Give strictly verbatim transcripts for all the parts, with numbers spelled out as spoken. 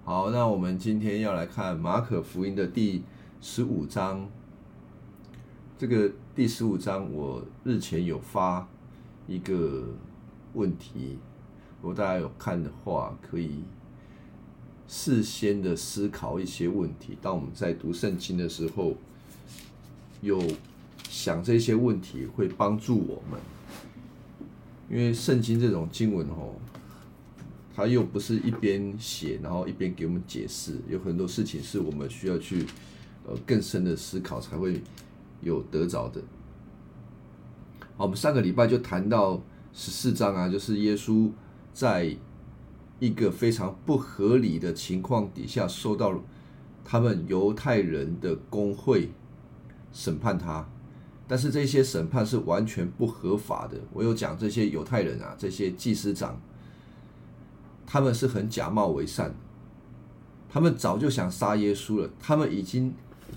好，那我们今天要来看马可福音的第十五章。这个第十五章，我日前有发一个问题，如果大家有看的话，可以事先的思考一些问题。当我们在读圣经的时候，有想这些问题，会帮助我们。因为圣经这种经文哦，它又不是一边写，然后一边给我们解释，有很多事情是我们需要去呃更深的思考才会有得着的。好，我们上个礼拜就谈到十四章啊，就是耶稣在一个非常不合理的情况底下，受到他们犹太人的公会审判他。但是这些审判是完全不合法的。我有讲这些犹太人啊，这些祭司长，他们是很假冒为善，他们早就想杀耶稣了，他们已经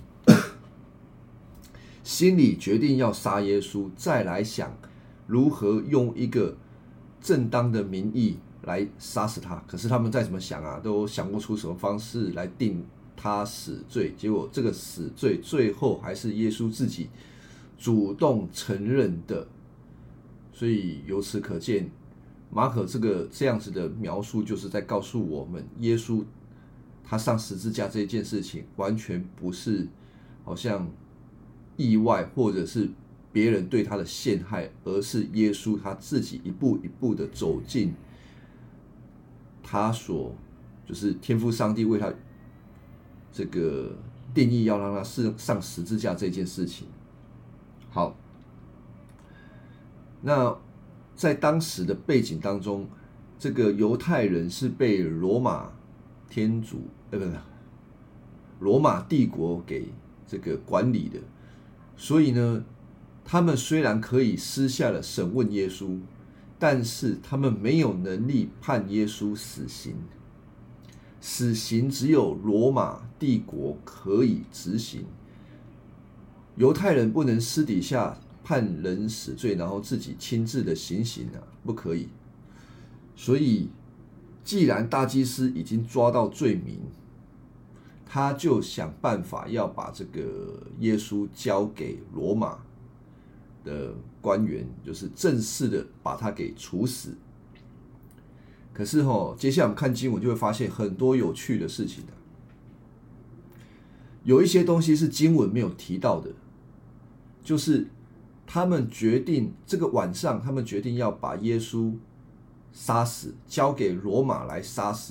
心里决定要杀耶稣，再来想如何用一个正当的名义来杀死他。可是他们再怎么想啊，都想不出什么方式来定他死罪。结果这个死罪最后还是耶稣自己主动承认的。所以由此可见，马可这个这样子的描述，就是在告诉我们，耶稣他上十字架这件事情，完全不是好像意外，或者是别人对他的陷害，而是耶稣他自己一步一步的走进他所就是天父上帝为他这个定义要让他上十字架这件事情。好，那在当时的背景当中，这个犹太人是被罗马天主呃不不罗马帝国给这个管理的，所以呢，他们虽然可以私下的审问耶稣，但是他们没有能力判耶稣死刑。死刑只有罗马帝国可以执行，犹太人不能私底下判人死罪，然后自己亲自的行刑啊，不可以。所以，既然大祭司已经抓到罪名，他就想办法要把这个耶稣交给罗马的官员，就是正式的把他给处死。可是哦，接下来我们看经文就会发现很多有趣的事情啊。有一些东西是经文没有提到的，就是他们决定这个晚上，他们决定要把耶稣杀死，交给罗马来杀死。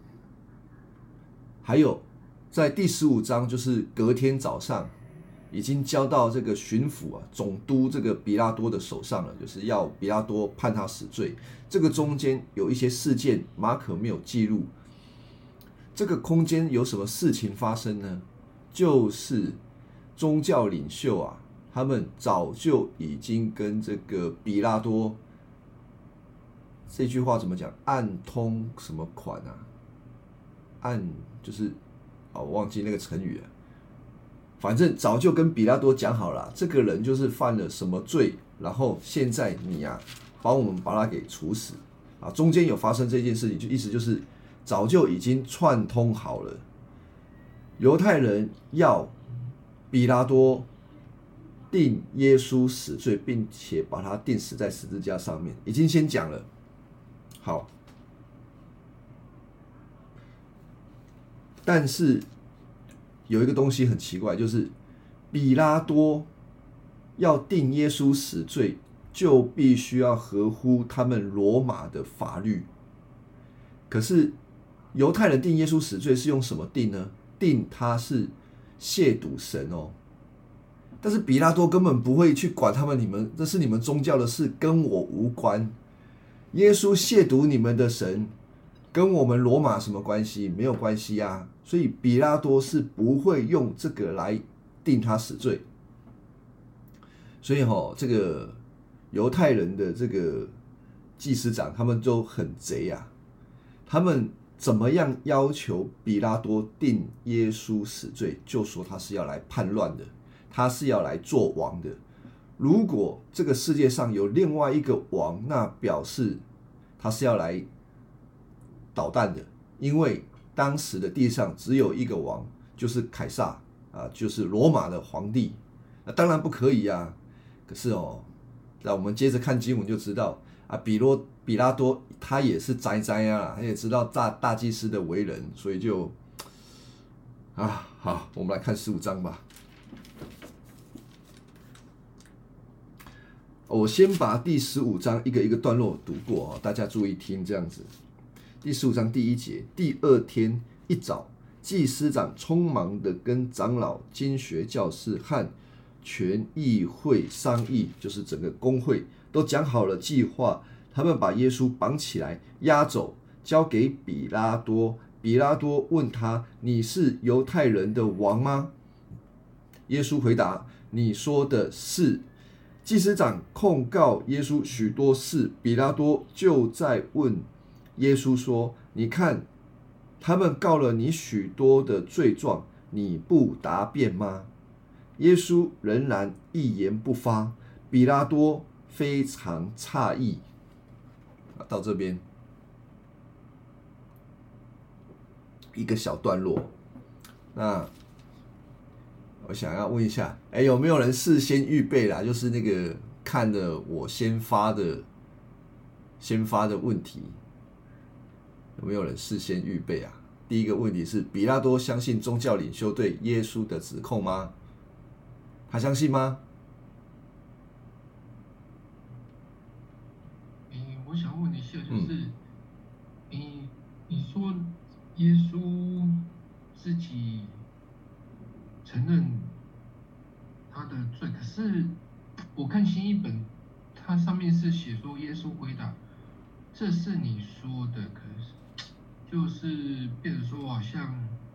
还有在第十五章，就是隔天早上已经交到这个巡抚啊、总督这个比拉多的手上了，就是要比拉多判他死罪。这个中间有一些事件，马可没有记录。这个空间有什么事情发生呢？就是宗教领袖啊，他们早就已经跟这个比拉多，这句话怎么讲？暗通什么款啊？暗就是哦，我忘记那个成语了。反正早就跟比拉多讲好了，这个人就是犯了什么罪，然后现在你啊，帮我们把他给处死啊。中间有发生这件事情，就意思就是早就已经串通好了。犹太人要比拉多定耶稣死罪，并且把他钉死在十字架上面，已经先讲了。好，但是有一个东西很奇怪，就是比拉多要定耶稣死罪，就必须要合乎他们罗马的法律。可是犹太人定耶稣死罪是用什么定呢？定他是亵渎神哦。但是比拉多根本不会去管他们，你们这是你们宗教的事，跟我无关。耶稣亵渎你们的神，跟我们罗马什么关系？没有关系啊。所以比拉多是不会用这个来定他死罪。所以哦，这个犹太人的这个祭司长，他们都很贼啊。他们怎么样要求比拉多定耶稣死罪？就说他是要来叛乱的，他是要来做王的。如果这个世界上有另外一个王，那表示他是要来捣蛋的，因为当时的地上只有一个王，就是凯撒啊，就是罗马的皇帝。那当然不可以啊。可是哦，那我们接着看经文就知道啊，比罗比拉多他也是宅宅啊，他也知道大大祭司的为人，所以就啊好，我们来看十五章吧。我先把第十五章一个一个段落读过，大家注意听，这样子。第十五章第一节，第二天一早，祭司长匆忙的跟长老、经学教士和全议会商议，就是整个公会都讲好了计划。他们把耶稣绑起来，押走，交给比拉多。比拉多问他：“你是犹太人的王吗？”耶稣回答：“你说的是。”祭司长控告耶稣许多事，比拉多就在问耶稣说：“你看，他们告了你许多的罪状，你不答辩吗？”耶稣仍然一言不发。比拉多非常诧异。到这边一个小段落，那我想要问一下，哎，有没有人事先预备啦？就是那个看了我先发的先发的问题，有没有人事先预备啊？第一个问题是：比拉多相信宗教领袖对耶稣的指控吗？他相信吗？ 诶，我想问一下，就是，诶、嗯，你说耶稣自己承认他的罪，可是我看新译本，它上面是写说耶稣回答：“这是你说的。”可是就是变成说，好像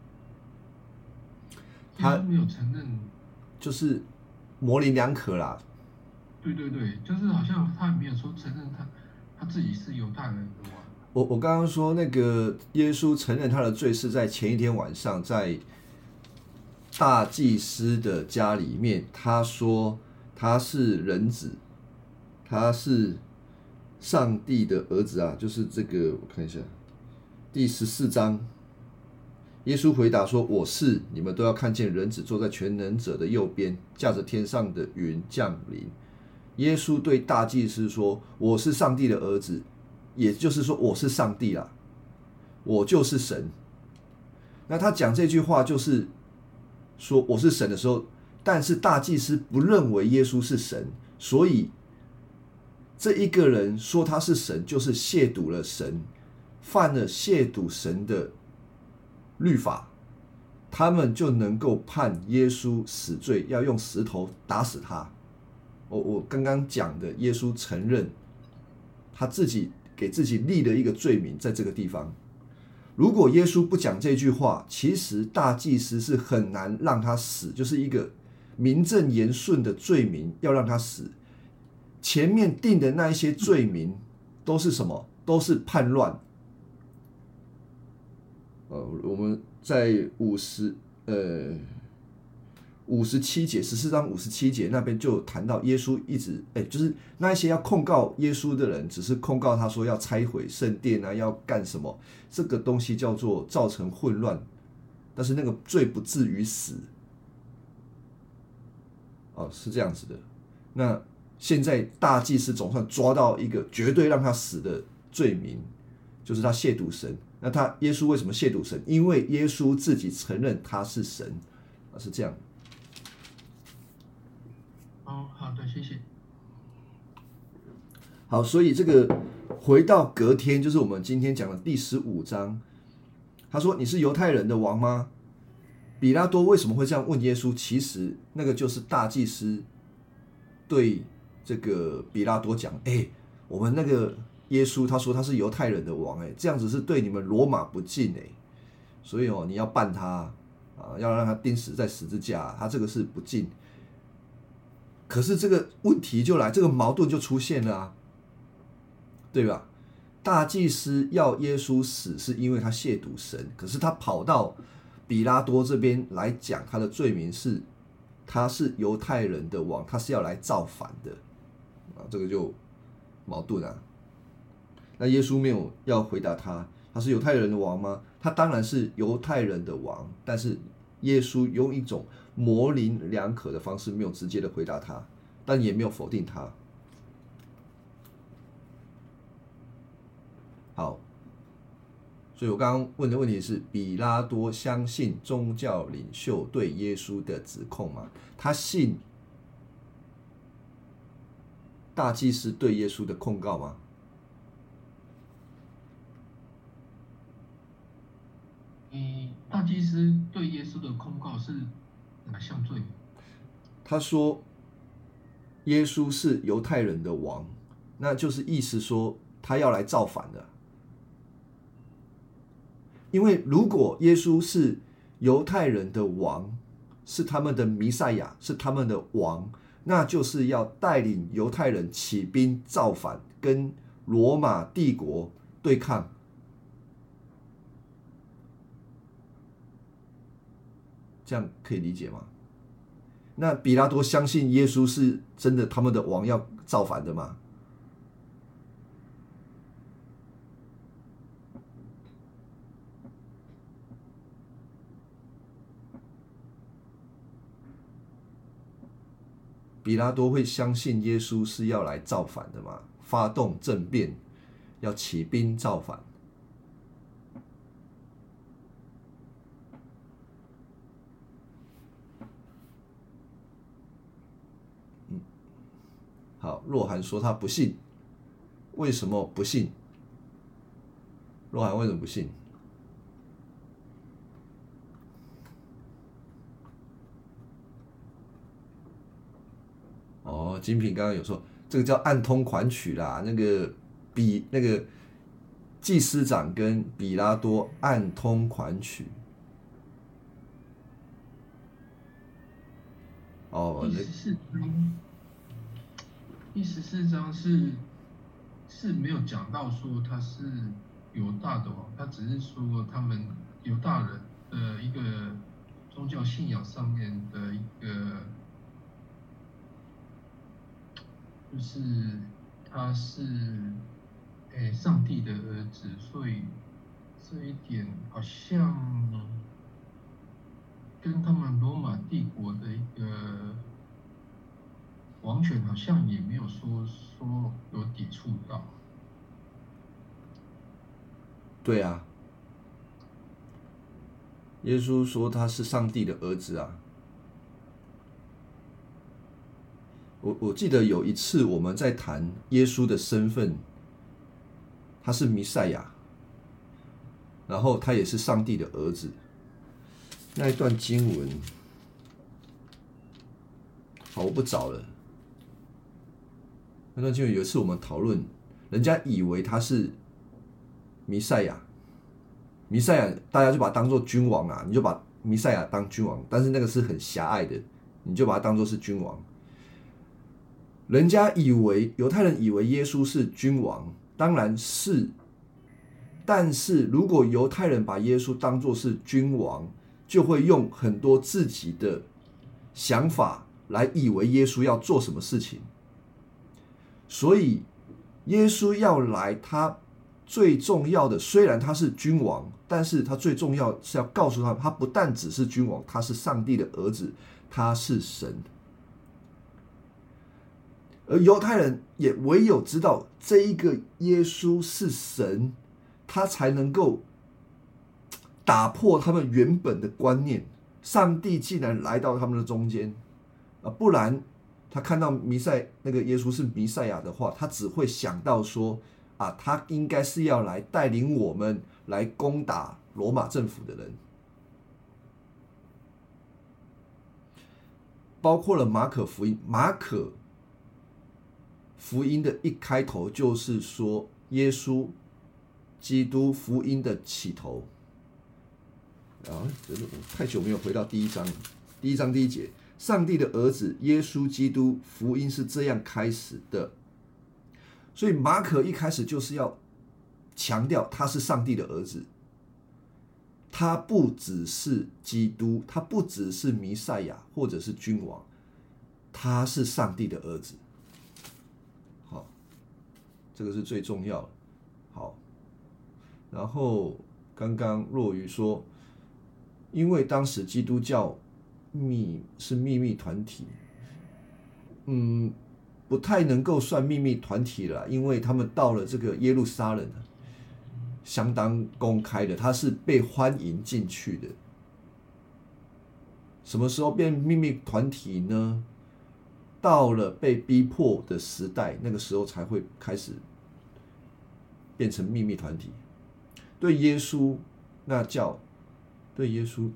耶稣他没有承认。 就是模棱两可啦。 对对对，就是好像他也没有说承认他他自己是犹太人的嘛。 我我刚刚说那个耶稣承认他的罪是在前一天晚上，在大祭司的家里面，他说他是人子，他是上帝的儿子啊，就是这个，我看一下第十四章，耶稣回答说：“我是，你们都要看见人子坐在全能者的右边，驾着天上的云降临。”耶稣对大祭司说：“我是上帝的儿子。”也就是说，我是上帝啦，我就是神。那他讲这句话就是说我是神的时候，但是大祭司不认为耶稣是神，所以这一个人说他是神，就是亵渎了神，犯了亵渎神的律法，他们就能够判耶稣死罪，要用石头打死他。我我刚刚讲的，耶稣承认他自己给自己立了一个罪名，在这个地方。如果耶稣不讲这句话，其实大祭司是很难让他死，就是一个名正言顺的罪名，要让他死。前面定的那一些罪名都是什么？都是叛乱。呃，我们在五十呃五十七节，十四章五十七节那边就谈到耶稣一直哎，就是那一些要控告耶稣的人，只是控告他说要拆毁圣殿啊，要干什么？这个东西叫做造成混乱，但是那个罪不至于死。哦，是这样子的。那现在大祭司总算抓到一个绝对让他死的罪名，就是他亵渎神。那他耶稣为什么亵渎神？因为耶稣自己承认他是神啊，是这样。 哦，好的，谢谢。 好，所以这个回到隔天，就是我们今天讲的第十五章。他说：“你是犹太人的王吗？”比拉多为什么会这样问耶稣？其实那个就是大祭司对这个比拉多讲：“哎、欸，我们那个耶稣他说他是犹太人的王、欸，哎，这样子是对你们罗马不敬哎、欸，所以哦，你要办他啊，要让他钉死在十字架，他这个是不敬。”可是这个问题就来，这个矛盾就出现了啊，对吧？大祭司要耶稣死，是因为他亵渎神，可是他跑到比拉多这边来讲，他的罪名是他是犹太人的王，他是要来造反的啊，这个就矛盾啊。那耶稣没有要回答他，他是犹太人的王吗？ 他当然是犹太人的王，但是耶稣用一种模棱两可的方式，没有直接的回答他，但也没有否定他。好，所以我刚刚问的问题是：比拉多相信宗教领袖对耶稣的指控吗？他信大祭司对耶稣的控告吗？ 嗯，大祭司对耶稣的控告是哪项罪？ 他说耶稣是犹太人的王，那就是意思说他要来造反的。因为如果耶稣是犹太人的王，是他们的弥赛亚，是他们的王，那就是要带领犹太人起兵造反，跟罗马帝国对抗。这样可以理解吗？那比拉多相信耶稣是真的他们的王要造反的吗？比拉多会相信耶稣是要来造反的吗？发动政变，要起兵造反？嗯，好，若涵说他不信，为什么不信？若涵为什么不信？哦，精品刚刚有说，这个叫暗通款曲啦。那个比那个祭司长跟比拉多暗通款曲。哦， 第那十四章，第十四章是是没有讲到说他是犹大的王，他只是说他们犹大人的一个宗教信仰上面的一个，就是他是诶上帝的儿子，所以这一点好像跟他们罗马帝国的一个王权好像也没有说说有抵触到。 对啊，耶稣说他是上帝的儿子啊。我我记得有一次我们在谈耶稣的身份，他是弥赛亚，然后他也是上帝的儿子。那一段经文，好，我不找了。那段经文有一次我们讨论，人家以为他是弥赛亚，弥赛亚大家就把他当做君王啊，你就把弥赛亚当君王，但是那个是很狭隘的，你就把他当做是君王。人家以为犹太人以为耶稣是君王，当然是，但是如果犹太人把耶稣当作是君王，就会用很多自己的想法来以为耶稣要做什么事情。所以耶稣要来，他最重要的，虽然他是君王，但是他最重要是要告诉他们，他不但只是君王，他是上帝的儿子，他是神。而犹太人也唯有知道这一个耶稣是神，他才能够打破他们原本的观念。上帝既然来到他们的中间啊，不然他看到弥赛那个耶稣是弥赛亚的话，他只会想到说啊，他应该是要来带领我们来攻打罗马政府的人。包括了马可福音，马可福音的一开头就是说耶稣基督福音的起头啊，太久没有回到第一章，第一章第一节，上帝的儿子耶稣基督福音是这样开始的。所以马可一开始就是要强调他是上帝的儿子，他不只是基督，他不只是弥赛亚或者是君王，他是上帝的儿子。好，这个是最重要的。好，然后刚刚若愚说，因为当时基督教秘是秘密团体，嗯，不太能够算秘密团体了，因为他们到了这个耶路撒冷，相当公开的，他是被欢迎进去的。什么时候变秘密团体呢？到了被逼迫的时代，那个时候才会开始变成秘密团体。对耶稣，那叫对耶稣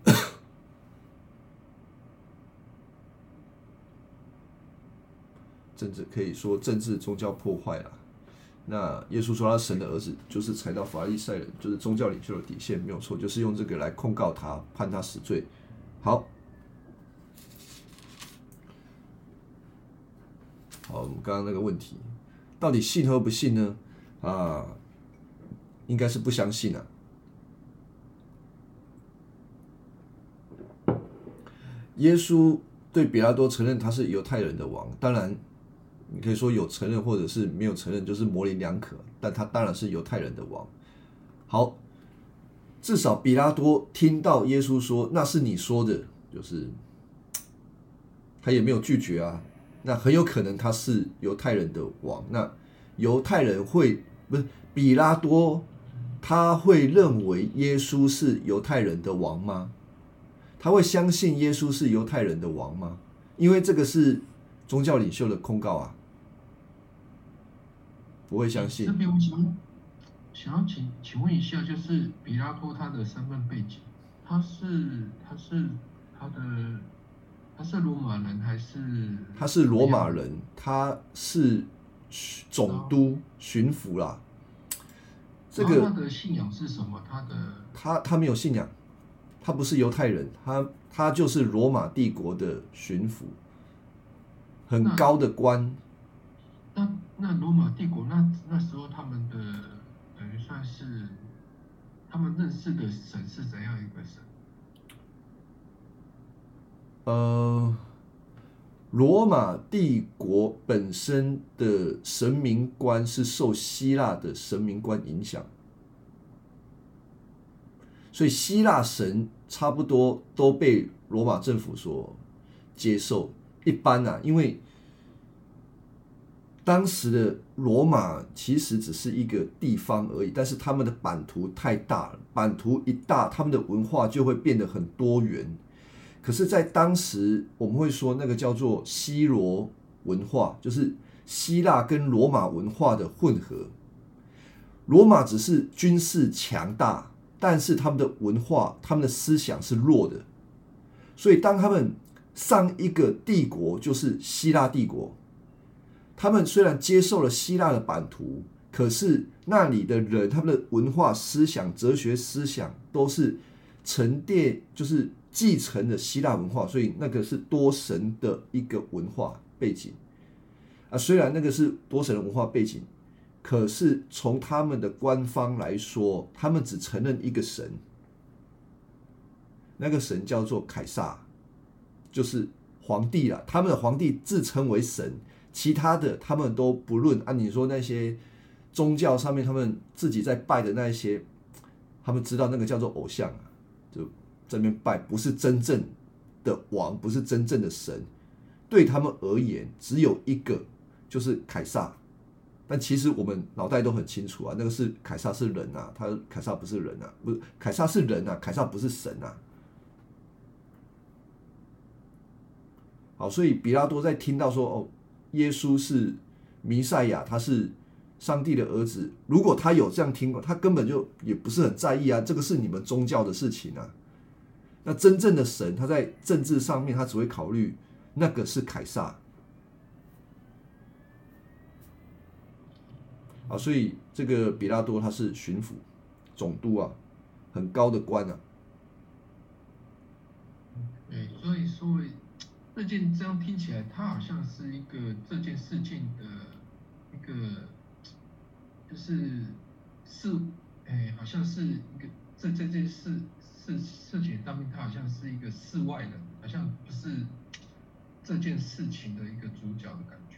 政治可以说政治宗教破坏了。那耶稣说他是神的儿子，就是踩到法利赛人，就是宗教领袖的底线，没有错，就是用这个来控告他，判他死罪。好，好，我们刚刚那个问题，到底信和不信呢？啊，应该是不相信啊。耶稣对比拉多承认他是犹太人的王，当然你可以说有承认或者是没有承认，就是模棱两可，但他当然是犹太人的王。好，至少比拉多听到耶稣说那是你说的，就是他也没有拒绝啊。那很有可能他是犹太人的王，那犹太人会不是比拉多，他会认为耶稣是犹太人的王吗？他会相信耶稣是犹太人的王吗？因为这个是宗教领袖的控告啊，不会相信。 这边我想想要请请问一下，就是比拉多他的身份背景，他是他是他的他是罗马人还是？ 他是罗马人，他是总督巡抚啦。这个他的信仰是什么？他的他他没有信仰，他不是犹太人，他他就是罗马帝国的巡抚，很高的官。 那那罗马帝国那那时候他们的等于算是他们认识的神是怎样一个神？ 呃，罗马帝国本身的神明观是受希腊的神明观影响，所以希腊神差不多都被罗马政府所接受。一般啊，因为当时的罗马其实只是一个地方而已，但是他们的版图太大了，版图一大，他们的文化就会变得很多元。可是，在当时，我们会说那个叫做希罗文化，就是希腊跟罗马文化的混合。罗马只是军事强大，但是他们的文化、他们的思想是弱的。所以，当他们上一个帝国就是希腊帝国，他们虽然接受了希腊的版图，可是那里的人，他们的文化、思想、哲学思想都是沉淀，就是继承了希腊文化，所以那个是多神的一个文化背景啊。虽然那个是多神的文化背景，可是从他们的官方来说，他们只承认一个神，那个神叫做凯撒，就是皇帝啦。他们的皇帝自称为神，其他的他们都不论。按、啊、你说那些宗教上面他们自己在拜的那一些，他们知道那个叫做偶像啊，就在那边拜，不是真正的王，不是真正的神。对他们而言，只有一个，就是凯撒。但其实我们脑袋都很清楚啊，那个是凯撒是人啊，他凯撒不是人啊，不是凯撒是人啊，凯撒不是神啊。好，所以比拉多在听到说哦，耶稣是弥赛亚，他是上帝的儿子，如果他有这样听过，他根本就也不是很在意啊，这个是你们宗教的事情啊。那真正的神，他在政治上面，他只会考虑那个是凯撒。啊，所以这个比拉多他是巡抚、总督啊，很高的官啊。 对，所以说这件这样听起来，它好像是一个这件事情的一个，就是是，哎，好像是一个这这件事事事情上面，它好像是一个事外人，好像不是这件事情的一个主角的感觉。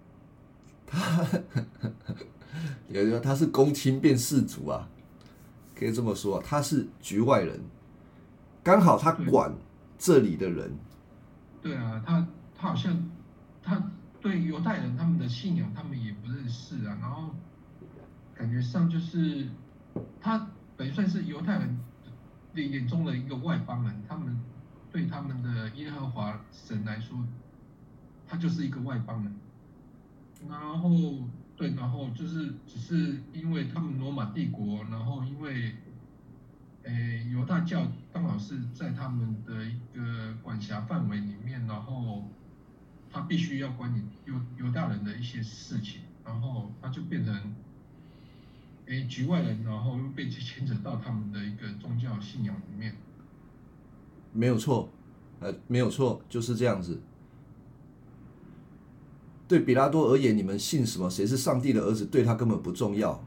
他有人说他是公卿变世主啊， 可以这么说，他是局外人，刚好他管这里的人。 对啊，他他好像他对犹太人他们的信仰他们也不认识啊，然后感觉上就是他等于算是犹太人的眼中的一个外邦人，他们对他们的耶和华神来说，他就是一个外邦人。然后对，然后就是只是因为他们罗马帝国，然后因为诶犹大教刚好是在他们的一个管辖范围里面，然后他必须要管理犹犹大人的一些事情，然后他就变成诶局外人，然后又被牵扯到他们的一个宗教信仰里面。 没有错，呃，没有错，就是这样子。对比拉多而言，你们信什么，谁是上帝的儿子，对他根本不重要。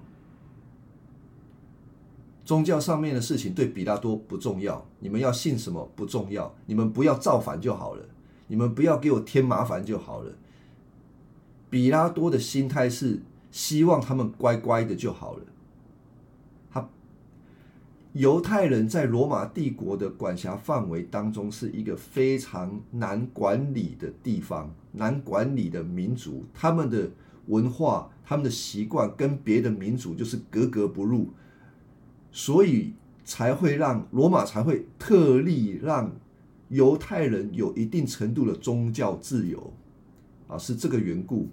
宗教上面的事情对比拉多不重要，你们要信什么不重要，你们不要造反就好了，你们不要给我添麻烦就好了。比拉多的心态是希望他们乖乖的就好了。他犹太人在罗马帝国的管辖范围当中是一个非常难管理的地方，难管理的民族，他们的文化、他们的习惯跟别的民族就是格格不入，所以才会让罗马才会特例让犹太人有一定程度的宗教自由啊，是这个缘故。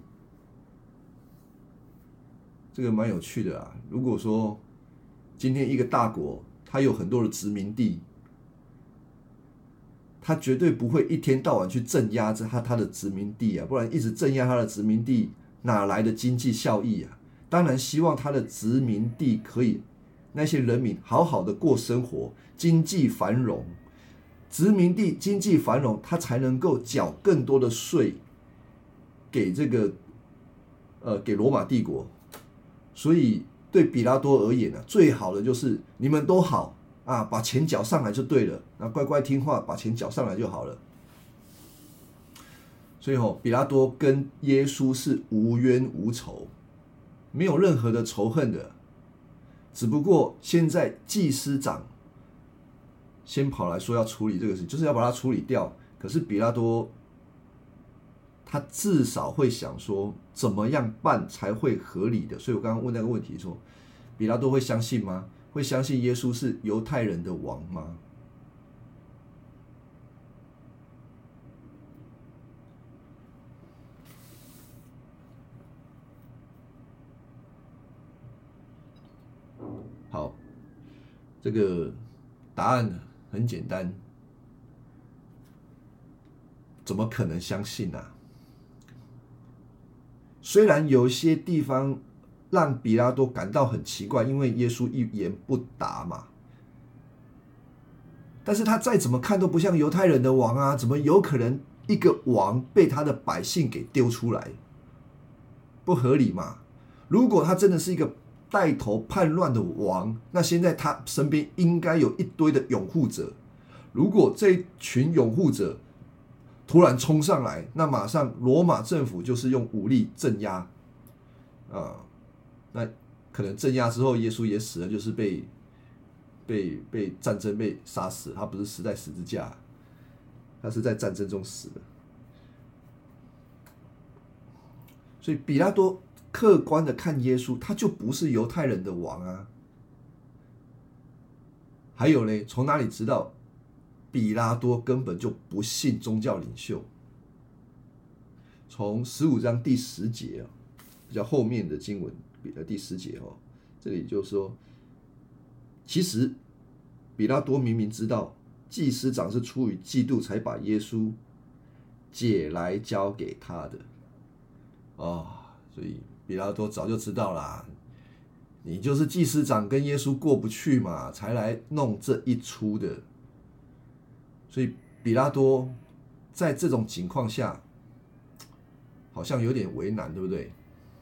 这个蛮有趣的啊。如果说今天一个大国，它有很多的殖民地，它绝对不会一天到晚去镇压着它它的殖民地啊，不然一直镇压它的殖民地，哪来的经济效益啊？当然希望它的殖民地可以那些人民好好的过生活，经济繁荣。殖民地经济繁荣，它才能够缴更多的税给这个呃给罗马帝国。所以对比拉多而言呢、啊，最好的就是你们都好啊，把钱缴上来就对了，那乖乖听话，把钱缴上来就好了。所以哦，比拉多跟耶稣是无冤无仇，没有任何的仇恨的，只不过现在祭司长先跑来说要处理这个事，就是要把它处理掉。可是比拉多他至少会想说，怎么样办才会合理的？所以我刚刚问那个问题说，比拉多会相信吗？会相信耶稣是犹太人的王吗？好，这个答案很简单，怎么可能相信啊？虽然有些地方让比拉多感到很奇怪，因为耶稣一言不答嘛，但是他再怎么看都不像犹太人的王啊，怎么有可能一个王被他的百姓给丢出来？不合理嘛？如果他真的是一个带头叛乱的王，那现在他身边应该有一堆的拥护者。如果这一群拥护者突然冲上来，那马上罗马政府就是用武力镇压啊。那可能镇压之后，耶稣也死了，就是被被被战争被杀死，他不是死在十字架，他是在战争中死的。所以比拉多客观的看耶稣，他就不是犹太人的王啊。还有呢，从哪里知道比拉多根本就不信宗教领袖？从十五章第十节啊，比较后面的经文，第十节哦，这里就说，其实比拉多明明知道祭司长是出于嫉妒才把耶稣解来交给他的哦，所以比拉多早就知道啦，你就是祭司长跟耶稣过不去嘛，才来弄这一出的。所以比拉多在这种情况下，好像有点为难，对不对？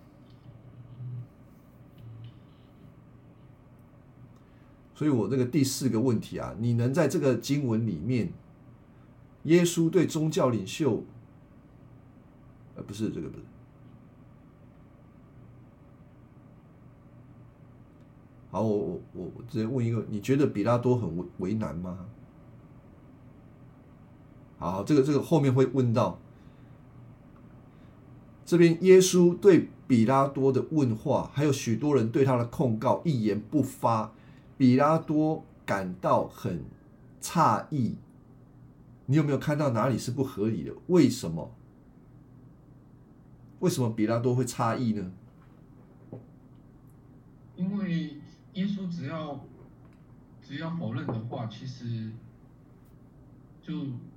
所以我这个第四个问题啊，你能在这个经文里面，耶稣对宗教领袖，呃，不是这个不是， 好，我我我我直接问一个，你觉得比拉多很为为难吗？好，这个这个后面会问到。这边耶稣对比拉多的问话，还有许多人对他的控告一言不发，比拉多感到很诧异。你有没有看到哪里是不合理的？为什么？为什么比拉多会诧异呢？ 因为耶稣只要只要否认的话，其实就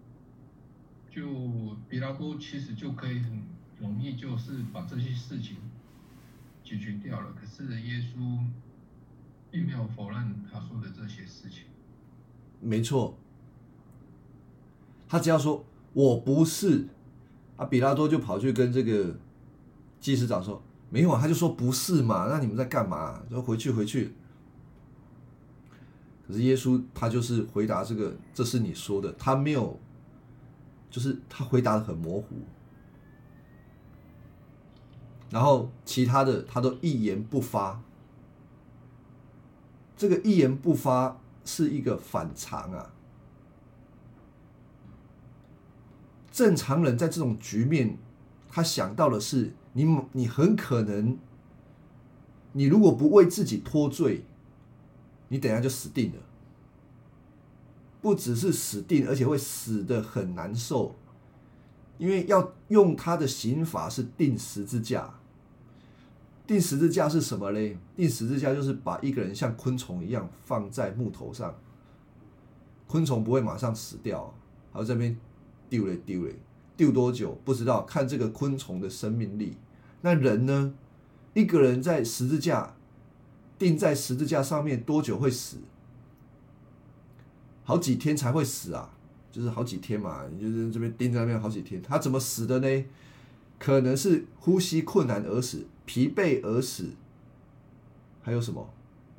就比拉多其实就可以很容易就是把这些事情解决掉了。可是耶稣并没有否认他说的这些事情。 没错，他只要说我不是啊，比拉多就跑去跟这个祭司长说没有啊，他就说不是嘛，那你们在干嘛？说回去回去。可是耶稣他就是回答这个，这是你说的，他没有，就是他回答的很模糊，然后其他的他都一言不发。这个一言不发是一个反常啊。正常人在这种局面，他想到的是你，你很可能，你如果不为自己脱罪，你等一下就死定了。不只是死定，而且会死得很难受，因为要用他的刑罚是钉十字架。钉十字架是什么嘞？钉十字架就是把一个人像昆虫一样放在木头上，昆虫不会马上死掉，然后这边丢嘞丢嘞，丢多久不知道，看这个昆虫的生命力。那人呢？一个人在十字架钉在十字架上面多久会死？好几天才会死啊，就是好几天嘛，你就是这边钉在那边好几天。他怎么死的呢？可能是呼吸困难而死，疲惫而死，还有什么？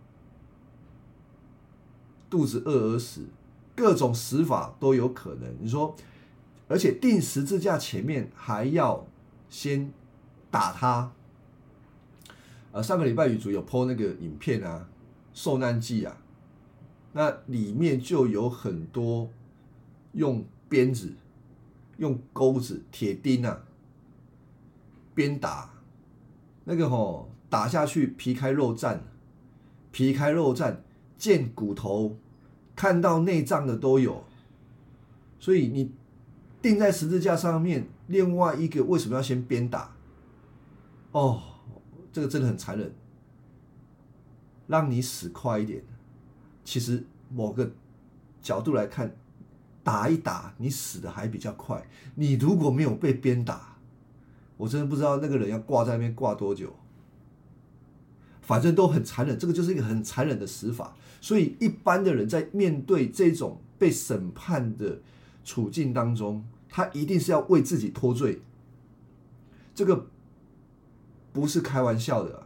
肚子饿而死，各种死法都有可能。你说，而且钉十字架前面还要先打他。呃，上个礼拜语主有 po 那个影片啊，受难记啊，那里面就有很多用鞭子、用钩子、铁钉啊，鞭打，那个吼打下去皮开肉绽，皮开肉绽，见骨头，看到内脏的都有。所以你钉在十字架上面，另外一个为什么要先鞭打？哦，这个真的很残忍，让你死快一点。其实某个角度来看，打一打你死的还比较快。你如果没有被鞭打，我真的不知道那个人要挂在那边挂多久。反正都很残忍，这个就是一个很残忍的死法。所以一般的人在面对这种被审判的处境当中，他一定是要为自己脱罪，这个不是开玩笑的啊。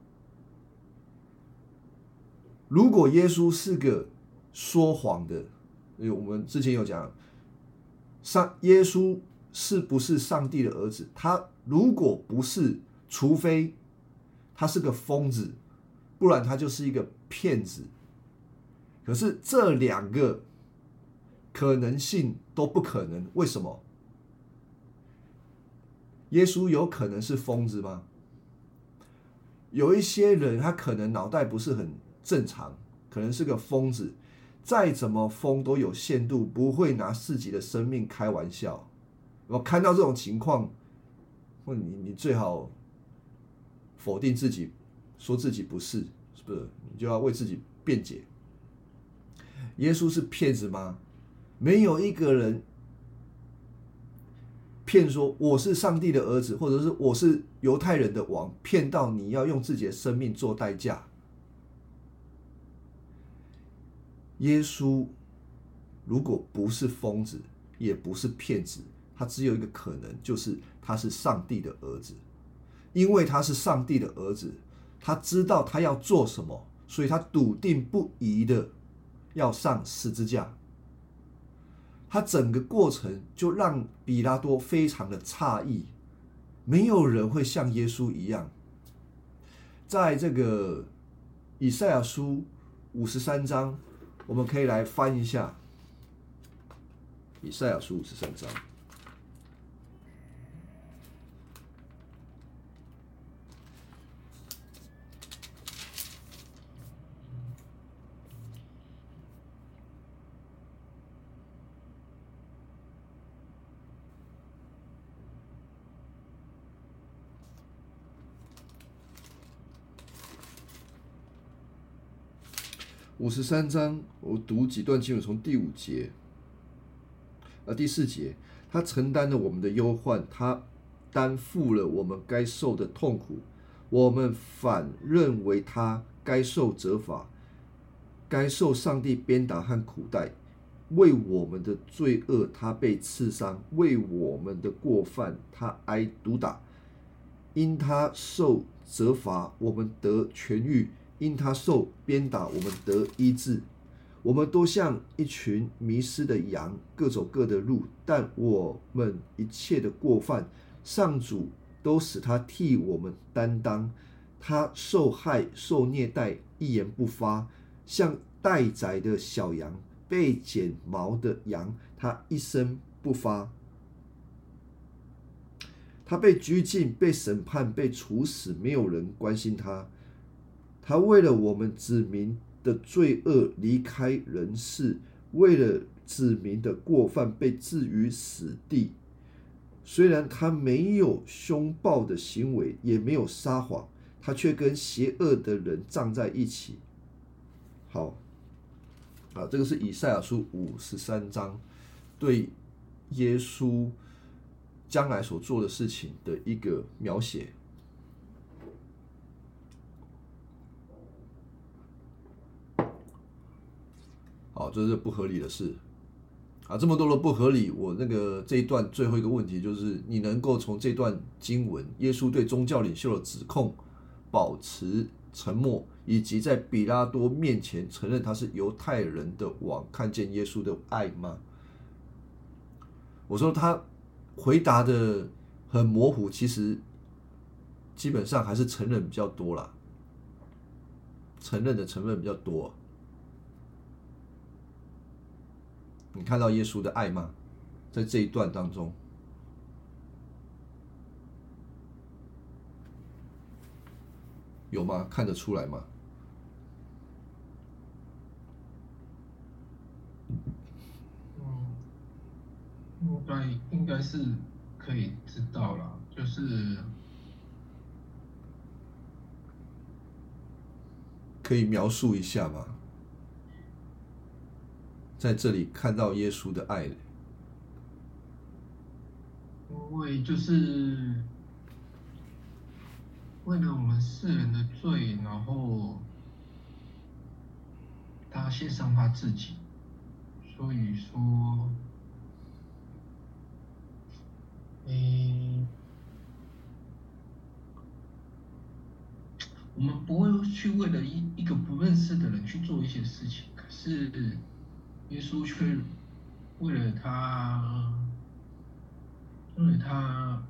如果耶稣是个说谎的，因为我们之前有讲，上耶稣是不是上帝的儿子？他如果不是，除非他是个疯子，不然他就是一个骗子。可是这两个可能性都不可能，为什么？耶稣有可能是疯子吗？有一些人他可能脑袋不是很正常，可能是个疯子，再怎么疯都有限度，不会拿自己的生命开玩笑。我看到这种情况，你你最好否定自己，说自己不是，是不是？你就要为自己辩解。耶稣是骗子吗？没有一个人骗说我是上帝的儿子，或者是我是犹太人的王，骗到你要用自己的生命做代价。耶稣如果不是疯子，也不是骗子，他只有一个可能，就是他是上帝的儿子。因为他是上帝的儿子，他知道他要做什么，所以他笃定不疑的要上十字架。他整个过程就让比拉多非常的诧异，没有人会像耶稣一样，在这个以赛亚书五十三章，我们可以来翻一下以赛亚书五十三章。五十三章，我读几段经文，从第五节，呃，第四节，他承担了我们的忧患，他担负了我们该受的痛苦，我们反认为他该受责罚，该受上帝鞭打和苦待。为我们的罪恶，他被刺伤；为我们的过犯，他挨毒打。因他受责罚，我们得痊愈；因他受鞭打，我们得医治。我们都像一群迷失的羊，各走各的路，但我们一切的过犯，上主都使他替我们担当。他受害受虐待，一言不发，像待宰的小羊，被剪毛的羊，他一声不发。他被拘禁，被审判，被处死，没有人关心他。他为了我们子民的罪恶离开人世，为了子民的过犯被置于死地。虽然他没有凶暴的行为，也没有撒谎，他却跟邪恶的人站在一起。好，啊，这个是以赛亚书五十三章对耶稣将来所做的事情的一个描写。好，这是不合理的事啊！这么多的不合理，我那个这一段最后一个问题就是：你能够从这段经文，耶稣对宗教领袖的指控保持沉默，以及在比拉多面前承认他是犹太人的王，看见耶稣的爱吗？我说他回答的很模糊，其实基本上还是承认比较多啦，承认的成分比较多。你看到耶稣的爱吗？在这一段当中，有吗？看得出来吗？ 嗯，应该应该是可以知道啦，就是可以描述一下吗？在这里看到耶稣的爱， 因为就是为了我们世人的罪，然后他献上他自己，所以说，诶，我们不会去为了一一个不认识的人去做一些事情，可是耶稣却为了他，为了他，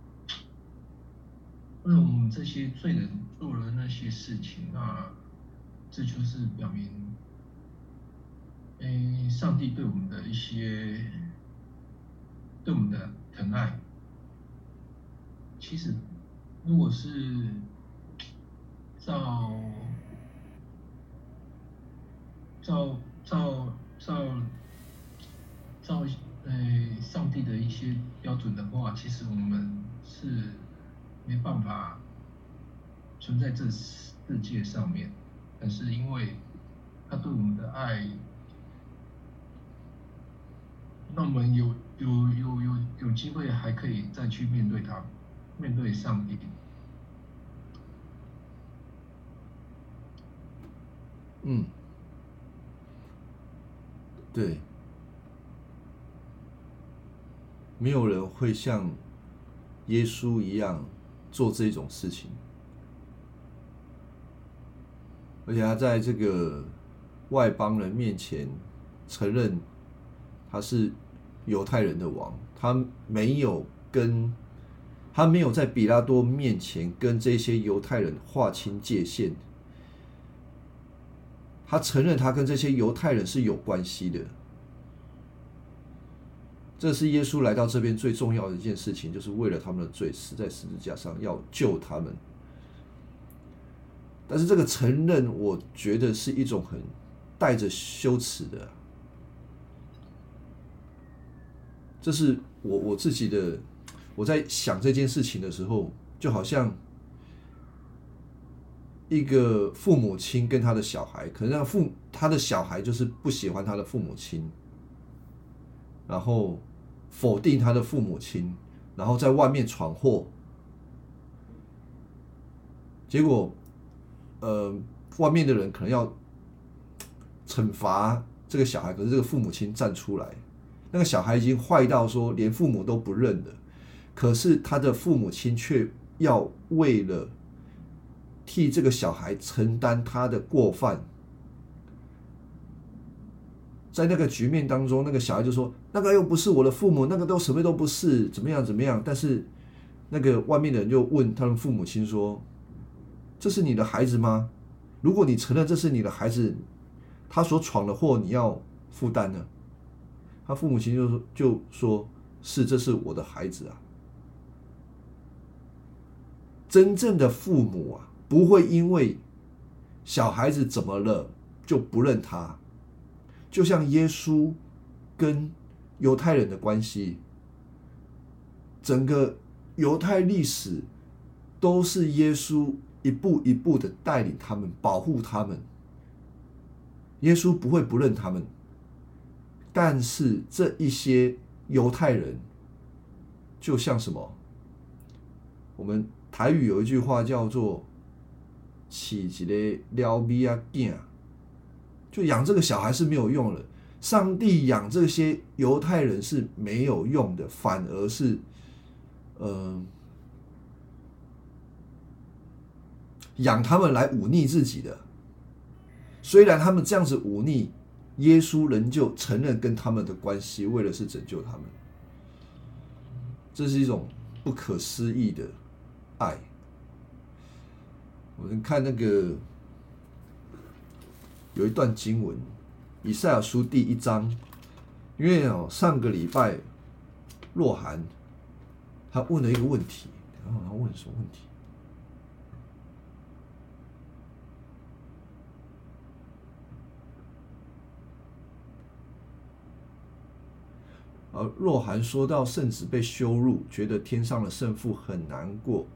为了我们这些罪人做了那些事情，那这就是表明，诶，上帝对我们的一些，对我们的疼爱。其实，如果是照照照照照呃上帝的一些标准的话，其实我们是没办法存在这世界上面。但是因为他对我们的爱，让我们有有有有有机会还可以再去面对他，面对上帝。 嗯，对，没有人会像耶稣一样做这种事情，而且他在这个外邦人面前承认他是犹太人的王，他没有跟他没有在比拉多面前跟这些犹太人划清界限， 他承认他跟这些犹太人是有关系的。这是耶稣来到这边最重要的一件事情，就是为了他们的罪死在十字架上，要救他们。但是这个承认，我觉得是一种很带着羞耻的。这是我我自己的，我在想这件事情的时候，就好像一个父母亲跟他的小孩，可能让父他的小孩就是不喜欢他的父母亲，然后否定他的父母亲，然后在外面闯祸，结果，呃，外面的人可能要惩罚这个小孩，可是这个父母亲站出来，那个小孩已经坏到说连父母都不认了，可是他的父母亲却要为了替这个小孩承担他的过犯。在那个局面当中，那个小孩就说：“那个又不是我的父母，那个都什么都不是，怎么样怎么样。”但是那个外面的人就问他们父母亲说：“这是你的孩子吗？如果你承认这是你的孩子，他所闯的祸你要负担呢？”他父母亲就说：“就说是，这是我的孩子啊。”真正的父母啊，不会因为小孩子怎么了就不认他。就像耶稣跟犹太人的关系，整个犹太历史都是耶稣一步一步的带领他们，保护他们。耶稣不会不认他们，但是这一些犹太人，就像什么？我们台语有一句话叫做“饲一个撩咪仔囝”。就养这个小孩是没有用的，上帝养这些犹太人是没有用的，反而是，呃，养他们来忤逆自己的。虽然他们这样子忤逆，耶稣仍旧承认跟他们的关系，为了是拯救他们。这是一种不可思议的爱。我们看那个。有一段经文，以赛亚书第一章，因为哦上个礼拜若涵他问了一个问题，然后他问什么问题？而若涵说到圣子被羞辱，觉得天上的圣父很难过。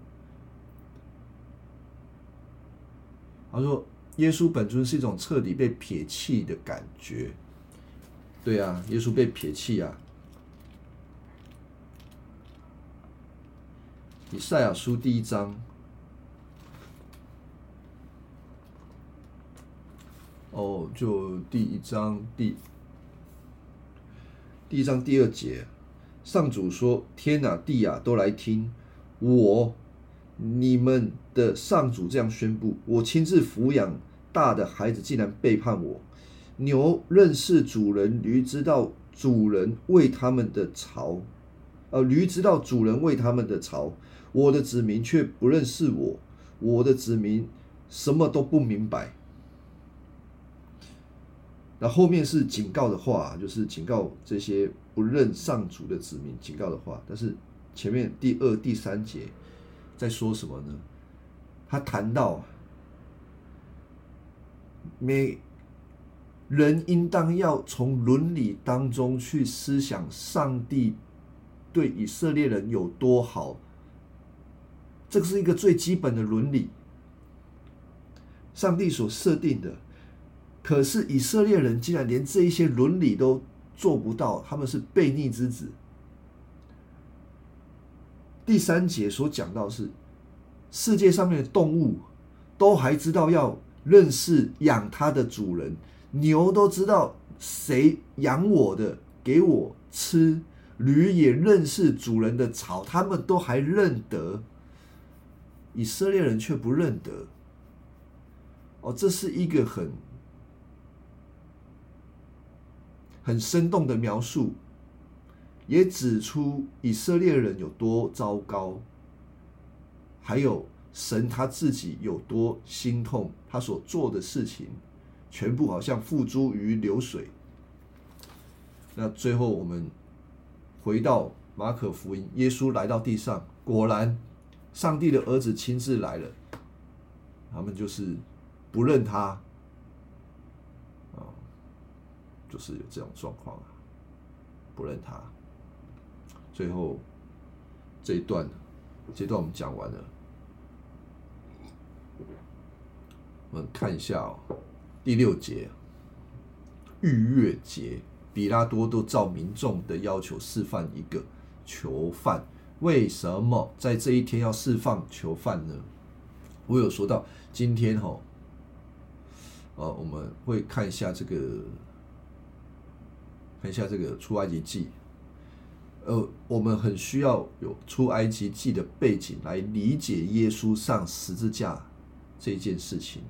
他说。耶稣本尊是一种彻底被撇弃的感觉，对啊，耶稣被撇弃啊。以赛亚书第一章，哦，就第一章第第一章第二节，上主说：“天啊，地啊，都来听我，你们的上主这样宣布：我亲自抚养。”大的孩子竟然背叛我，牛认识主人，驴知道主人为他们的槽，呃，驴知道主人为他们的槽，我的子民却不认识我，我的子民什么都不明白。那后面是警告的话，就是警告这些不认上主的子民，警告的话。但是前面第二、第三节在说什么呢？他谈到。每人应当要从伦理当中去思想上帝对以色列人有多好，这个是一个最基本的伦理，上帝所设定的。可是以色列人竟然连这一些伦理都做不到，他们是悖逆之子。第三节所讲到是，世界上面的动物都还知道要认识养它的主人，牛都知道谁养我的，给我吃，驴也认识主人的槽，他们都还认得，以色列人却不认得。哦，这是一个很很生动的描述，也指出以色列人有多糟糕，还有神他自己有多心痛，他所做的事情全部好像付诸于流水。那最后我们回到马可福音，耶稣来到地上，果然上帝的儿子亲自来了，他们就是不认他，啊，就是有这种状况啊，不认他。最后这一段，这一段我们讲完了，我们看一下哦，第六节，逾越节。比拉多都照民众的要求释放一个囚犯，为什么在这一天要释放囚犯呢？我有说到，今天哈，呃，我们会看一下这个，看一下这个出埃及记，呃，我们很需要有出埃及记的背景来理解耶稣上十字架这件事情，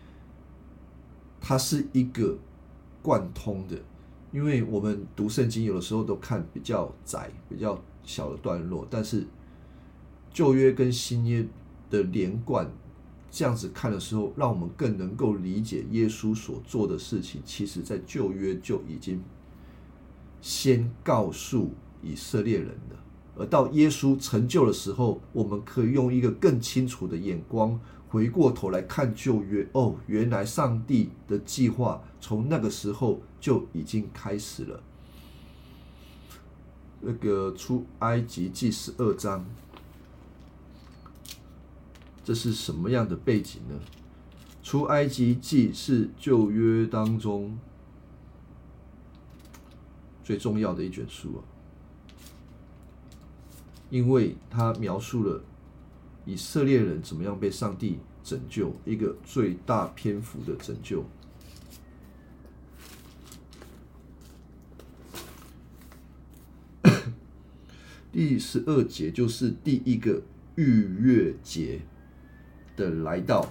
它是一个贯通的。因为我们读圣经有的时候都看比较窄、比较小的段落，但是旧约跟新约的连贯，这样子看的时候，让我们更能够理解耶稣所做的事情，其实在旧约就已经先告诉以色列人了，而到耶稣成就的时候，我们可以用一个更清楚的眼光回过头来看旧约，哦，原来上帝的计划从那个时候就已经开始了。那个出埃及记十二章，这是什么样的背景呢？出埃及记是旧约当中最重要的一卷书啊，因为它描述了以色列人怎么样被上帝拯救，一个最大篇幅的拯救。第十二节就是第一个逾越节的来到。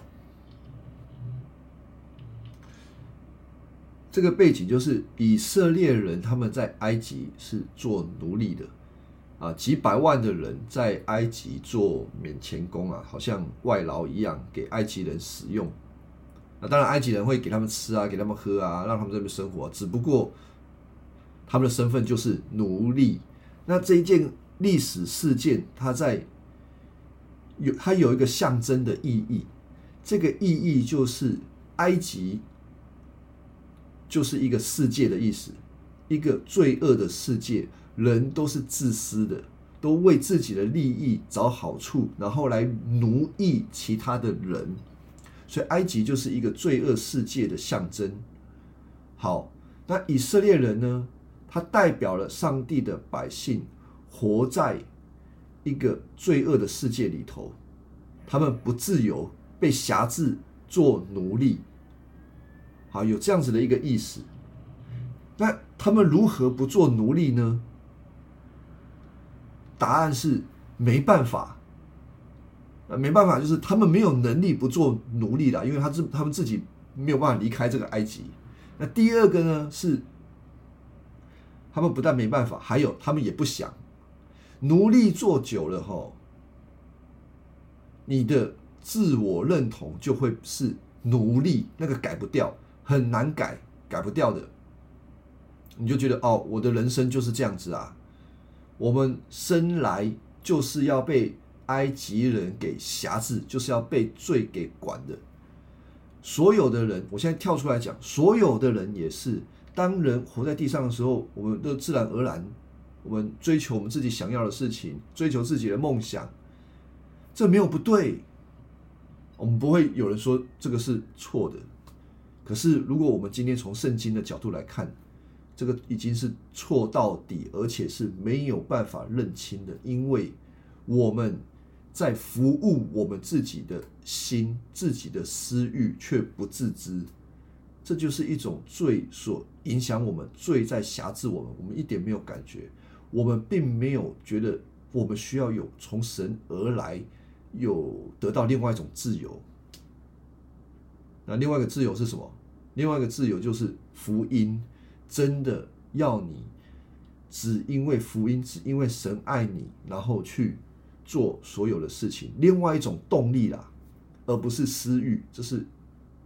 这个背景就是以色列人他们在埃及是做奴隶的。啊，几百万的人在埃及做免钱工啊，好像外劳一样，给埃及人使用。那当然，埃及人会给他们吃啊，给他们喝啊，让他们在那边生活啊。只不过他们的身份就是奴隶。那这一件历史事件，它在有它有一个象征的意义。这个意义就是埃及就是一个世界的意思，一个罪恶的世界。人都是自私的，都为自己的利益找好处，然后来奴役其他的人，所以埃及就是一个罪恶世界的象征。好，那以色列人呢？他代表了上帝的百姓，活在一个罪恶的世界里头，他们不自由，被辖制做奴隶。好，有这样子的一个意思。那他们如何不做奴隶呢？答案是没办法，没办法，就是他们没有能力不做奴隶啦，因为他他们自己没有办法离开这个埃及。那第二个呢是，他们不但没办法，还有他们也不想。奴隶做久了吼，你的自我认同就会是奴隶，那个改不掉，很难改，改不掉的。你就觉得哦，我的人生就是这样子啊。我们生来就是要被埃及人给辖制，就是要被罪给管的。所有的人，我现在跳出来讲，所有的人也是，当人活在地上的时候，我们都自然而然，我们追求我们自己想要的事情，追求自己的梦想，这没有不对。我们不会有人说这个是错的。可是如果我们今天从圣经的角度来看，这个已经是错到底，而且是没有办法认清的，因为我们在服务我们自己的心、自己的私欲，却不自知。这就是一种罪所影响我们，罪在辖制我们，我们一点没有感觉，我们并没有觉得我们需要有从神而来，有得到另外一种自由。那另外一个自由是什么？另外一个自由就是福音。真的要你只因为福音，只因为神爱你，然后去做所有的事情，另外一种动力啦，而不是私欲，这是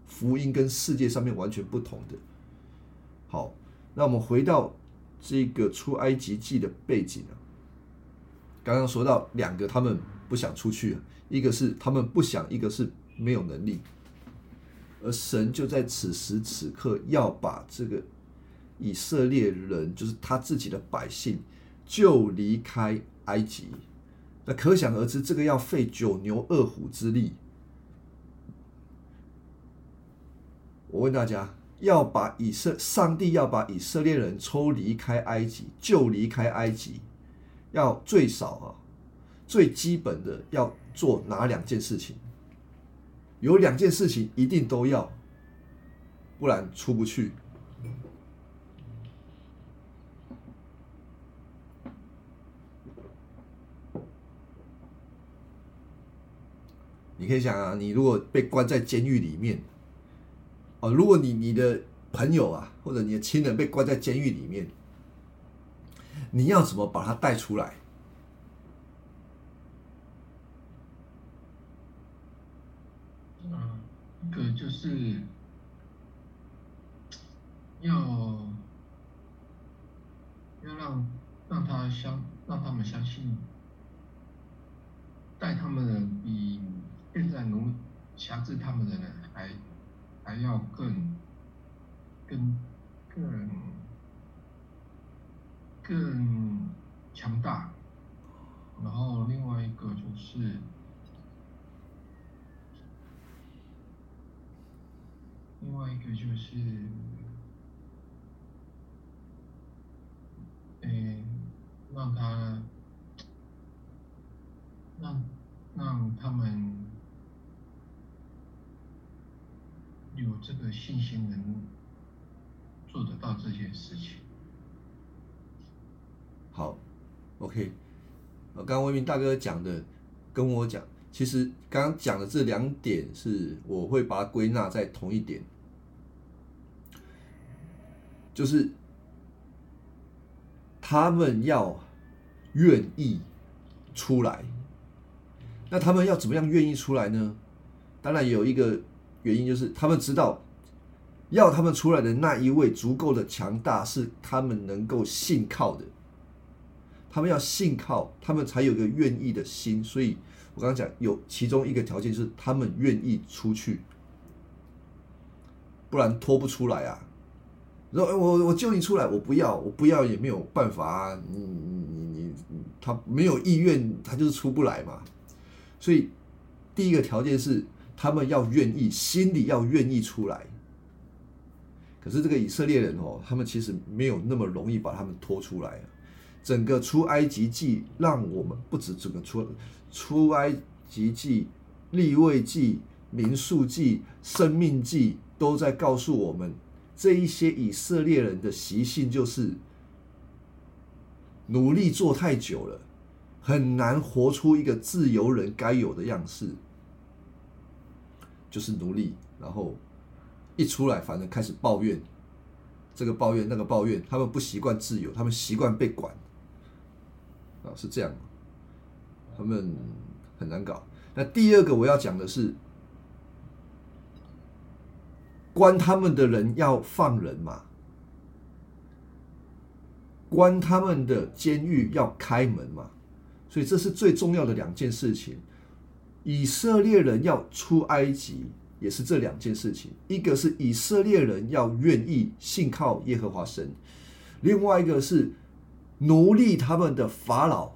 福音跟世界上面完全不同的。好，那我们回到这个出埃及记的背景啊，刚刚说到两个他们不想出去，一个是他们不想，一个是没有能力，而神就在此时此刻要把这个以色列人，就是他自己的百姓，就离开埃及。那可想而知，这个要费九牛二虎之力。我问大家，要把以色上帝要把以色列人抽离开埃及，就离开埃及，要最少啊，最基本的要做哪两件事情？有两件事情一定都要，不然出不去。你可以想啊，你如果被关在监狱里面，哦，如果你你的朋友啊，或者你的亲人被关在监狱里面，你要怎么把他带出来？ 嗯，一个就是要要让让他相让他们相信，带他们的人比现在奴辖制他们的人还还要更更更更强大。然后另外一个就是另外一个就是，诶，让他让让他们有这个信心，能做得到这件事情。 好 ，OK， 刚刚威明大哥讲的，跟我讲，其实刚刚讲的这两点是我会把它归纳在同一点，就是他们要愿意出来。那他们要怎么样愿意出来呢？当然有一个原因，就是他们知道要他们出来的那一位足够的强大，是他们能够信靠的。他们要信靠，他们才有个愿意的心。所以我刚刚讲，有其中一个条件就是他们愿意出去，不然拖不出来啊。说我我救你出来，我不要，我不要也没有办法啊。你你你你，他没有意愿，他就是出不来嘛。所以第一个条件是他们要愿意，心里要愿意出来。可是这个以色列人哦，他们其实没有那么容易把他们拖出来啊。整个出埃及记让我们不止整个出出埃及记、利未记、民数记、生命记都在告诉我们，这一些以色列人的习性就是努力做太久了，很难活出一个自由人该有的样式，就是努力，然后一出来反正开始抱怨，这个抱怨那个抱怨，他们不习惯自由，他们习惯被管。啊，是这样，他们很难搞。那第二个我要讲的是，关他们的人要放人嘛，关他们的监狱要开门嘛，所以这是最重要的两件事情。以色列人要出埃及，也是这两件事情，一个是以色列人要愿意信靠耶和华神，另外一个是奴隶他们的法老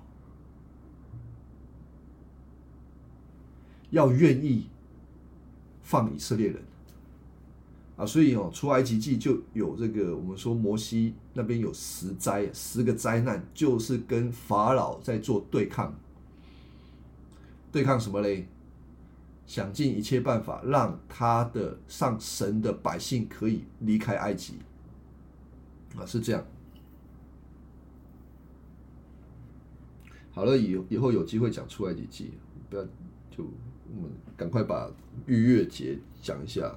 要愿意放以色列人啊，所以哦，出埃及记就有这个，我们说摩西那边有十灾，十个灾难，就是跟法老在做对抗，对抗什么嘞？想尽一切办法让他的上神的百姓可以离开埃及啊，是这样。好了，以以后有机会讲出埃及记，不要就我们赶快把逾越节讲一下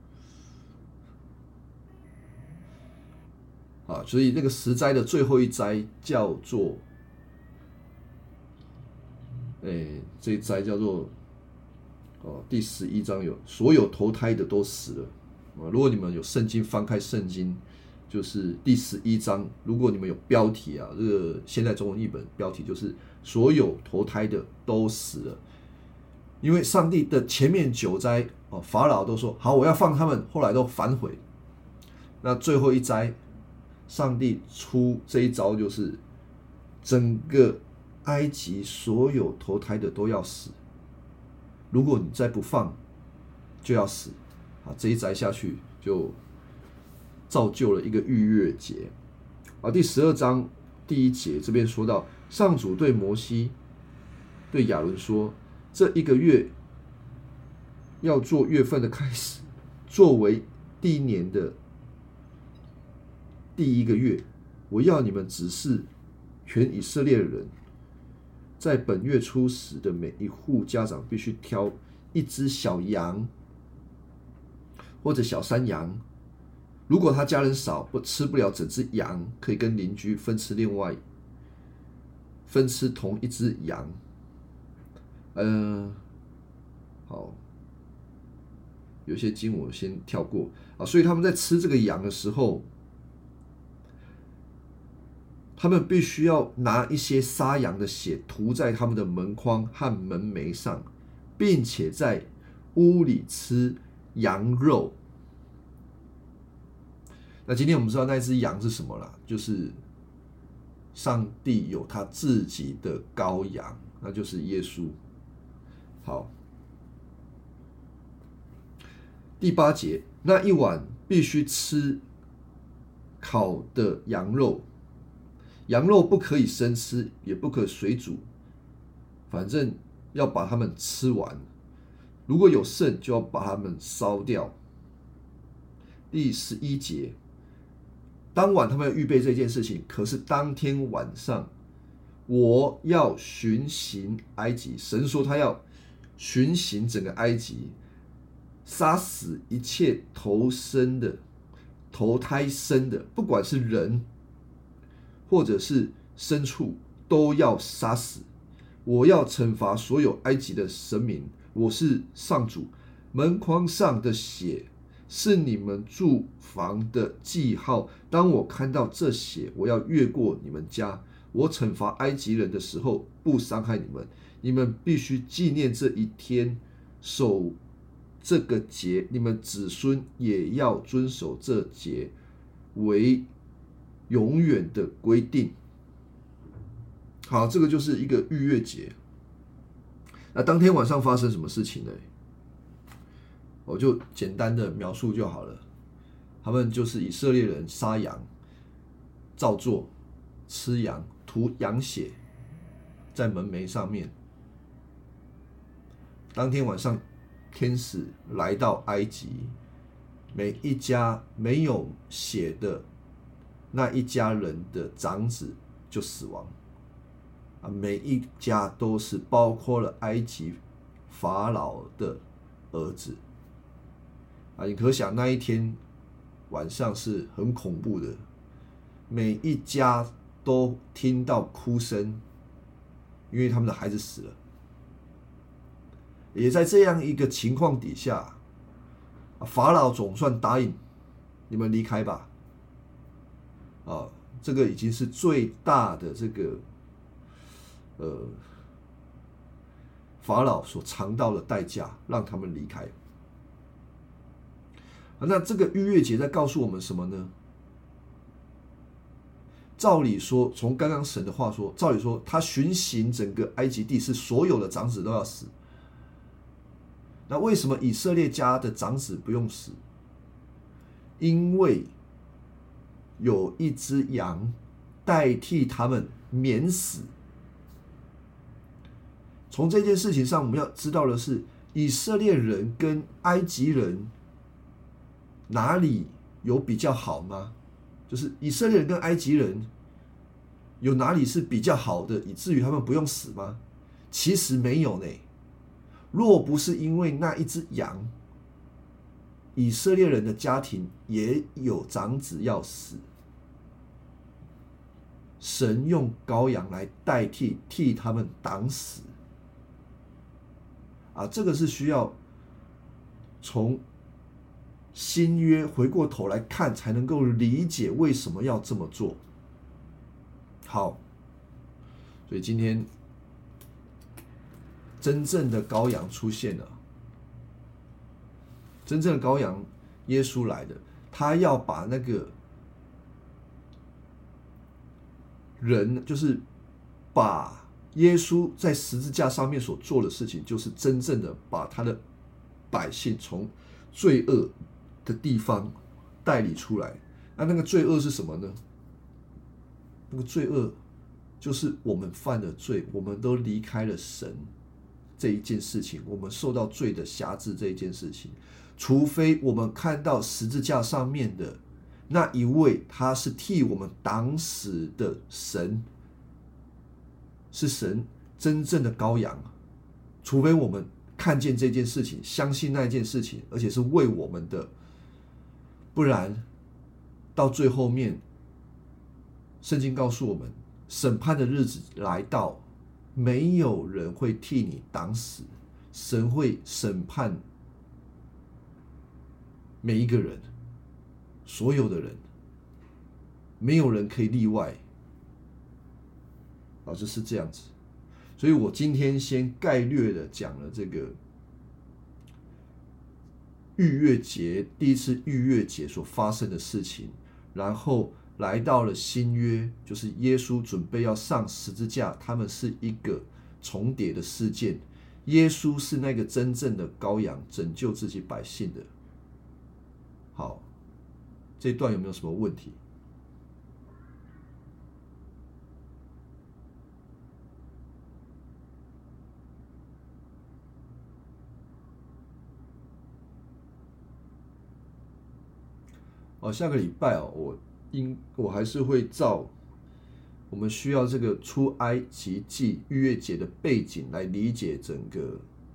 啊。所以那个十灾的最后一灾叫做，哎，这一灾叫做哦，第十一章有所有投胎的都死了。啊，如果你们有圣经，翻开圣经，就是第十一章。如果你们有标题啊，这个现代中文译本标题就是所有投胎的都死了。因为上帝的前面九灾，哦，法老都说好，我要放他们，后来都反悔。那最后一灾，上帝出这一招，就是整个埃及所有投胎的都要死。如果你再不放，就要死。啊，这一灾下去，就造就了一个逾越节。啊，第十二章第一节这边说到，上主对摩西、对亚伦说：“这一个月要做月份的开始，作为第一年的第一个月，我要你们指示全以色列人，在本月初十的每一户家长必须挑一只小羊或者小山羊。如果他家人少，不吃不了整只羊，可以跟邻居分吃另外分吃同一只羊。”嗯、呃，好，有些经我先跳过啊。所以他们在吃这个羊的时候，他们必须要拿一些杀羊的血涂在他们的门框和门楣上，并且在屋里吃羊肉。那今天我们知道那只羊是什么了，就是上帝有他自己的羔羊，那就是耶稣。好，第八节，那一晚必须吃烤的羊肉，羊肉不可以生吃，也不可水煮，反正要把它们吃完。如果有剩，就要把它们烧掉。第十一节，当晚他们要预备这件事情，可是当天晚上，我要巡行埃及。神说他要巡行整个埃及，杀死一切投生的、投胎生的，不管是人或者是牲畜，都要杀死。我要惩罚所有埃及的神明，我是上主。门框上的血是你们住房的记号。当我看到这血，我要越过你们家。我惩罚埃及人的时候，不伤害你们。你们必须纪念这一天，守这个节。你们子孙也要遵守这节，为永远的规定。好，这个就是一个逾越节。那当天晚上发生什么事情呢？我就简单的描述就好了。他们就是以色列人杀羊，照做吃羊，涂羊血在门楣上面。当天晚上，天使来到埃及，每一家没有血的那一家人的长子就死亡啊，每一家都是包括了埃及法老的儿子啊，你可想那一天晚上是很恐怖的，每一家都听到哭声，因为他们的孩子死了。也在这样一个情况底下，法老总算答应你们离开吧。啊，这个已经是最大的这个呃法老所尝到的代价，让他们离开。那这个逾越节在告诉我们什么呢？照理说，从刚刚神的话说，照理说，他巡行整个埃及地，是所有的长子都要死。那为什么以色列家的长子不用死？因为有一只羊代替他们免死。从这件事情上，我们要知道的是，以色列人跟埃及人哪里有比较好吗？就是以色列人跟埃及人有哪里是比较好的，以至于他们不用死吗？其实没有呢。若不是因为那一只羊，以色列人的家庭也有长子要死，神用羔羊来代替，替他们挡死。 啊，这个是需要从新约回过头来看，才能够理解为什么要这么做。好，所以今天真正的羔羊出现了，真正的羔羊耶稣来的，他要把那个人，就是把耶稣在十字架上面所做的事情，就是真正的把他的百姓从罪恶的地方带领出来。那那个罪恶是什么呢？那个罪恶就是我们犯了罪，我们都离开了神这一件事情，我们受到罪的辖制这一件事情。除非我们看到十字架上面的那一位，他是替我们挡死的神，是神真正的羔羊。除非我们看见这件事情，相信那件事情，而且是为我们的，不然到最后面，圣经告诉我们，审判的日子来到，没有人会替你挡死，神会审判每一个人，所有的人，没有人可以例外。啊，就是这样子。所以我今天先概略的讲了这个逾越节，第一次逾越节所发生的事情，然后来到了新约，就是耶稣准备要上十字架，他们是一个重叠的事件。耶稣是那个真正的羔羊，拯救自己百姓的。好，这段有没有什么问题？哦，下个礼拜哦，我应我还是会照我们需要这个出埃及记逾越节的背景来理解整个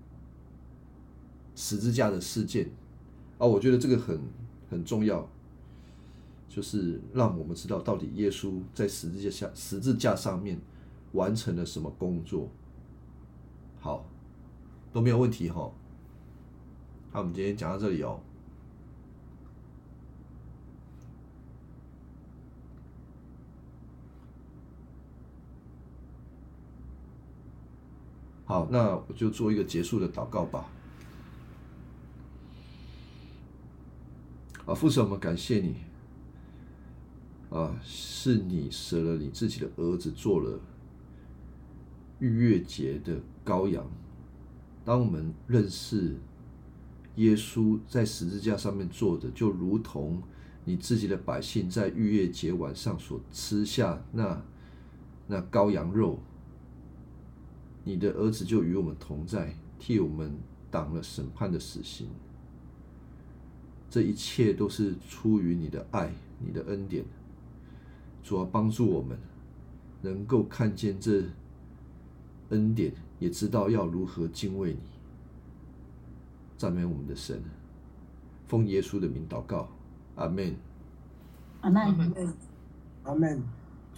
十字架的事件啊，我觉得这个很很重要，就是让我们知道到底耶稣在十字架下十字架上面完成了什么工作。好，都没有问题哈。那我们今天讲到这里哦。好，那我就做一个结束的祷告吧。啊，父神，我们感谢你，啊，是你舍了你自己的儿子，做了逾越节的羔羊。当我们认识耶稣在十字架上面做的，就如同你自己的百姓在逾越节晚上所吃下那那羔羊肉，你的儿子就与我们同在，替我们挡了审判的死刑。这一切都是出于你的爱，你的恩典。主啊，帮助我们能够看见这恩典，也知道要如何敬畏你。赞美我们的神，奉耶稣的名祷告，阿们。 阿们，阿们。